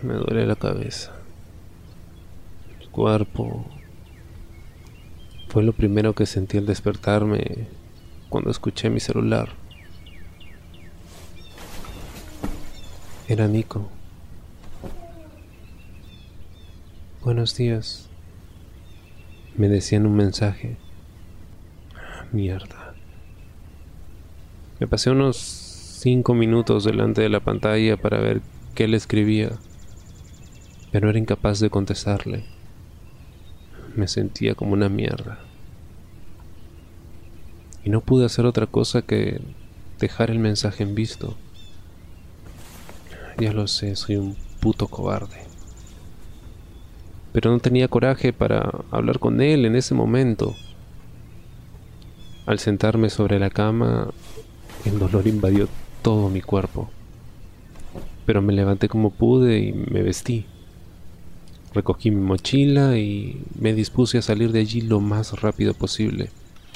Me duele la cabeza. El cuerpo. Fue lo primero que sentí al despertarme cuando escuché mi celular. Era Nico. Buenos días. Me decían un mensaje. Mierda. Me pasé unos 5 minutos delante de la pantalla para ver qué le escribía, pero era incapaz de contestarle. Me sentía como una mierda. Y no pude hacer otra cosa que dejar el mensaje en visto. Ya lo sé, soy un puto cobarde. Pero no tenía coraje para hablar con él en ese momento. Al sentarme sobre la cama, el dolor invadió todo mi cuerpo. Pero me levanté como pude y me vestí. Recogí mi mochila y me dispuse a salir de allí lo más rápido posible.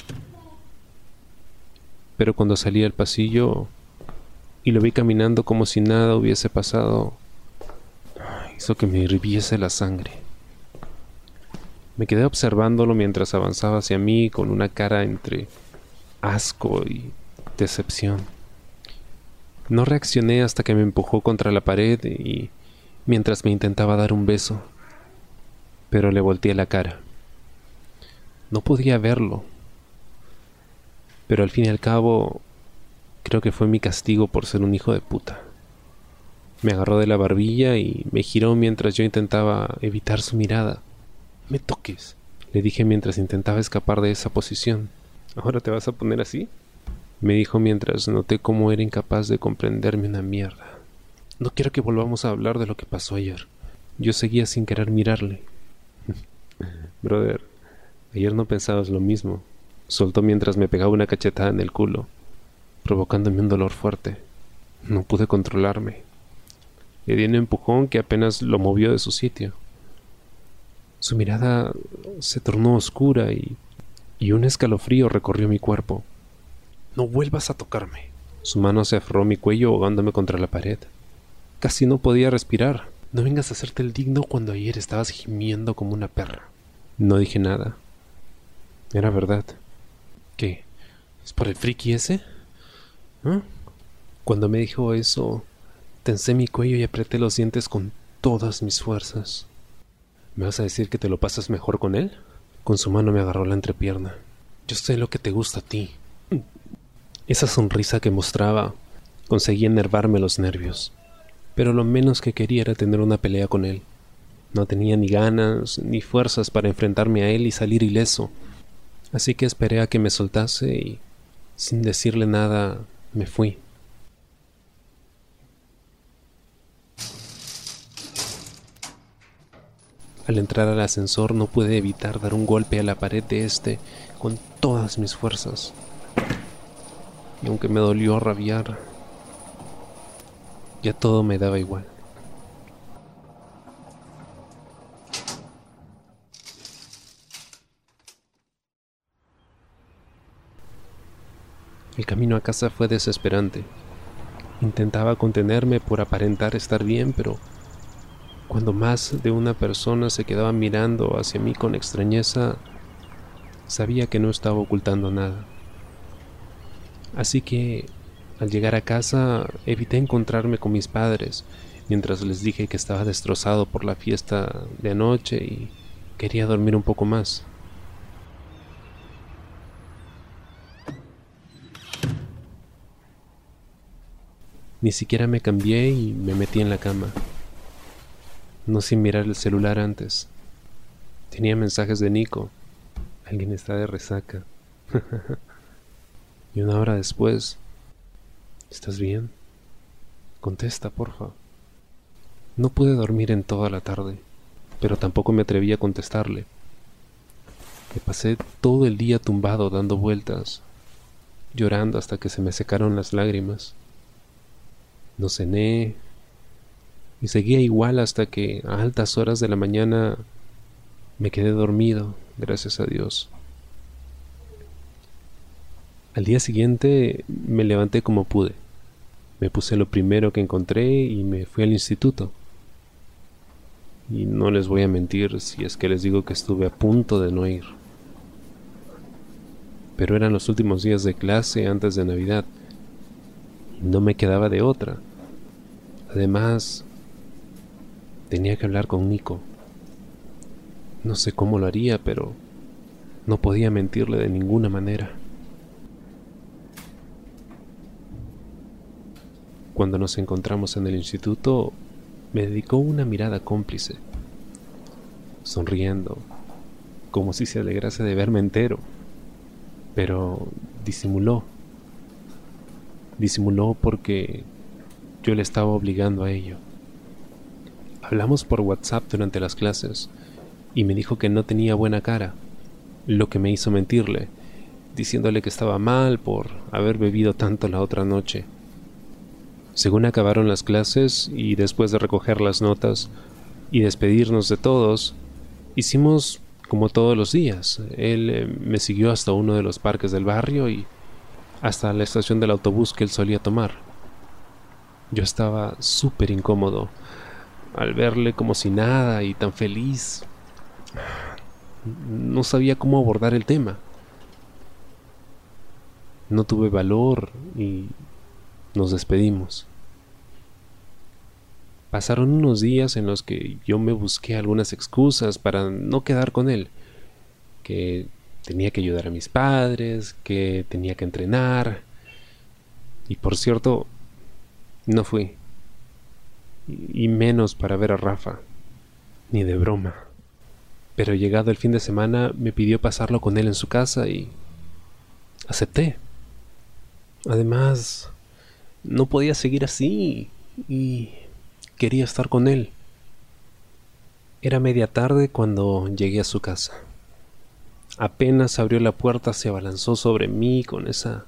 Pero cuando salí al pasillo y lo vi caminando como si nada hubiese pasado, hizo que me hirviese la sangre. Me quedé observándolo mientras avanzaba hacia mí con una cara entre asco y decepción. No reaccioné hasta que me empujó contra la pared y mientras me intentaba dar un beso, pero le volteé la cara. No podía verlo, pero al fin y al cabo creo que fue mi castigo por ser un hijo de puta. Me agarró de la barbilla y me giró mientras yo intentaba evitar su mirada. «Me toques», le dije mientras intentaba escapar de esa posición. «¿Ahora te vas a poner así?», me dijo mientras noté cómo era incapaz de comprenderme una mierda. «No quiero que volvamos a hablar de lo que pasó ayer». Yo seguía sin querer mirarle. «Brother, ayer no pensabas lo mismo», soltó mientras me pegaba una cachetada en el culo, provocándome un dolor fuerte. No pude controlarme. Le di un empujón que apenas lo movió de su sitio. Su mirada se tornó oscura y un escalofrío recorrió mi cuerpo. «No vuelvas a tocarme». Su mano se aferró a mi cuello ahogándome contra la pared. Casi no podía respirar. «No vengas a hacerte el digno cuando ayer estabas gimiendo como una perra». No dije nada. Era verdad. ¿Qué? ¿Es por el friki ese? ¿Ah? Cuando me dijo eso, tensé mi cuello y apreté los dientes con todas mis fuerzas. ¿Me vas a decir que te lo pasas mejor con él? Con su mano me agarró la entrepierna. «Yo sé lo que te gusta a ti». Esa sonrisa que mostraba conseguía enervarme los nervios, pero lo menos que quería era tener una pelea con él. No tenía ni ganas ni fuerzas para enfrentarme a él y salir ileso, así que esperé a que me soltase y, sin decirle nada, me fui. Al entrar al ascensor no pude evitar dar un golpe a la pared de este con todas mis fuerzas. Y aunque me dolió rabiar, ya todo me daba igual. El camino a casa fue desesperante. Intentaba contenerme por aparentar estar bien, pero cuando más de una persona se quedaba mirando hacia mí con extrañeza, sabía que no estaba ocultando nada. Así que, al llegar a casa, evité encontrarme con mis padres, mientras les dije que estaba destrozado por la fiesta de anoche y quería dormir un poco más. Ni siquiera me cambié y me metí en la cama, no sin mirar el celular antes. Tenía mensajes de Nico. Alguien está de resaca. Y una hora después, ¿estás bien? Contesta, porfa. No pude dormir en toda la tarde, pero tampoco me atreví a contestarle. Me pasé todo el día tumbado dando vueltas, llorando hasta que se me secaron las lágrimas. No cené y seguía igual hasta que a altas horas de la mañana me quedé dormido, gracias a Dios. Al día siguiente me levanté como pude. Me puse lo primero que encontré y me fui al instituto. Y no les voy a mentir si es que les digo que estuve a punto de no ir. Pero eran los últimos días de clase antes de Navidad. Y no me quedaba de otra. Además, tenía que hablar con Nico. No sé cómo lo haría, pero no podía mentirle de ninguna manera. Cuando nos encontramos en el instituto, me dedicó una mirada cómplice, sonriendo, como si se alegrase de verme entero, pero disimuló. Disimuló porque yo le estaba obligando a ello. Hablamos por WhatsApp durante las clases y me dijo que no tenía buena cara, lo que me hizo mentirle, diciéndole que estaba mal por haber bebido tanto la otra noche. Según acabaron las clases y después de recoger las notas y despedirnos de todos, hicimos como todos los días. Él me siguió hasta uno de los parques del barrio y hasta la estación del autobús que él solía tomar. Yo estaba súper incómodo al verle como si nada y tan feliz. No sabía cómo abordar el tema. No tuve valor y nos despedimos. Pasaron unos días en los que yo me busqué algunas excusas para no quedar con él. Que tenía que ayudar a mis padres, que tenía que entrenar. Y por cierto, no fui. Y menos para ver a Rafa. Ni de broma. Pero llegado el fin de semana me pidió pasarlo con él en su casa y acepté. Además, no podía seguir así y quería estar con él. Era media tarde cuando llegué a su casa. Apenas abrió la puerta se abalanzó sobre mí con esa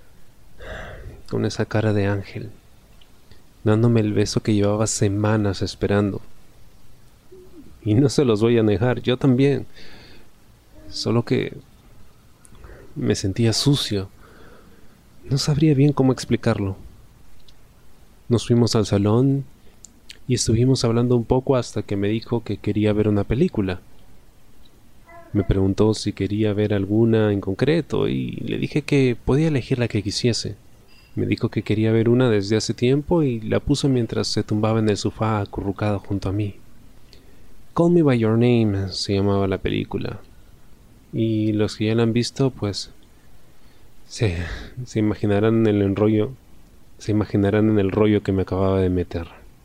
cara de ángel, dándome el beso que llevaba semanas esperando. Y no se los voy a negar, yo también. Solo que me sentía sucio. No sabría bien cómo explicarlo. Nos fuimos al salón y estuvimos hablando un poco hasta que me dijo que quería ver una película. Me preguntó si quería ver alguna en concreto y le dije que podía elegir la que quisiese. Me dijo que quería ver una desde hace tiempo y la puso mientras se tumbaba en el sofá acurrucado junto a mí. Call Me By Your Name se llamaba la película. Y los que ya la han visto, pues se imaginarán en el rollo, que me acababa de meter.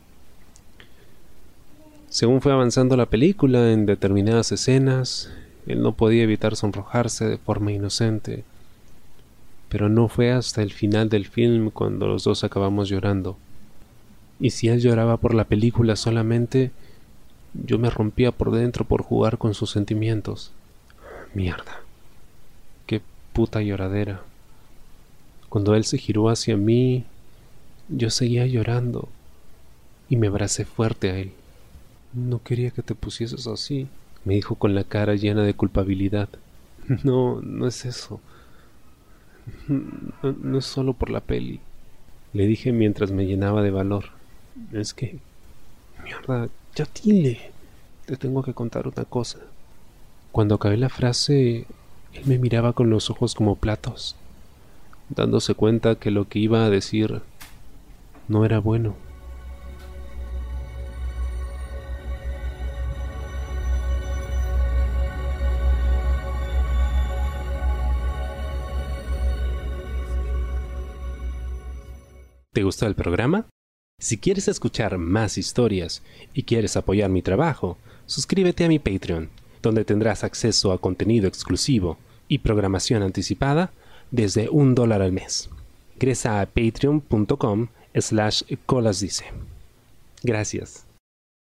Según fue avanzando la película en determinadas escenas, él no podía evitar sonrojarse de forma inocente. Pero no fue hasta el final del film cuando los dos acabamos llorando. Y si él lloraba por la película solamente, yo me rompía por dentro por jugar con sus sentimientos. Mierda. Qué puta lloradera. Cuando él se giró hacia mí, yo seguía llorando y me abracé fuerte a él. No quería que te pusieses así, me dijo con la cara llena de culpabilidad. No, no es eso. No es solo por la peli, le dije mientras me llenaba de valor. Es que... Mierda, ya dile. Te tengo que contar una cosa. Cuando acabé la frase, él me miraba con los ojos como platos, dándose cuenta que lo que iba a decir no era bueno. ¿Te gustó el programa? Si quieres escuchar más historias y quieres apoyar mi trabajo, suscríbete a mi Patreon, donde tendrás acceso a contenido exclusivo y programación anticipada desde $1 al mes. Ingresa a patreon.com/colasdice. Gracias.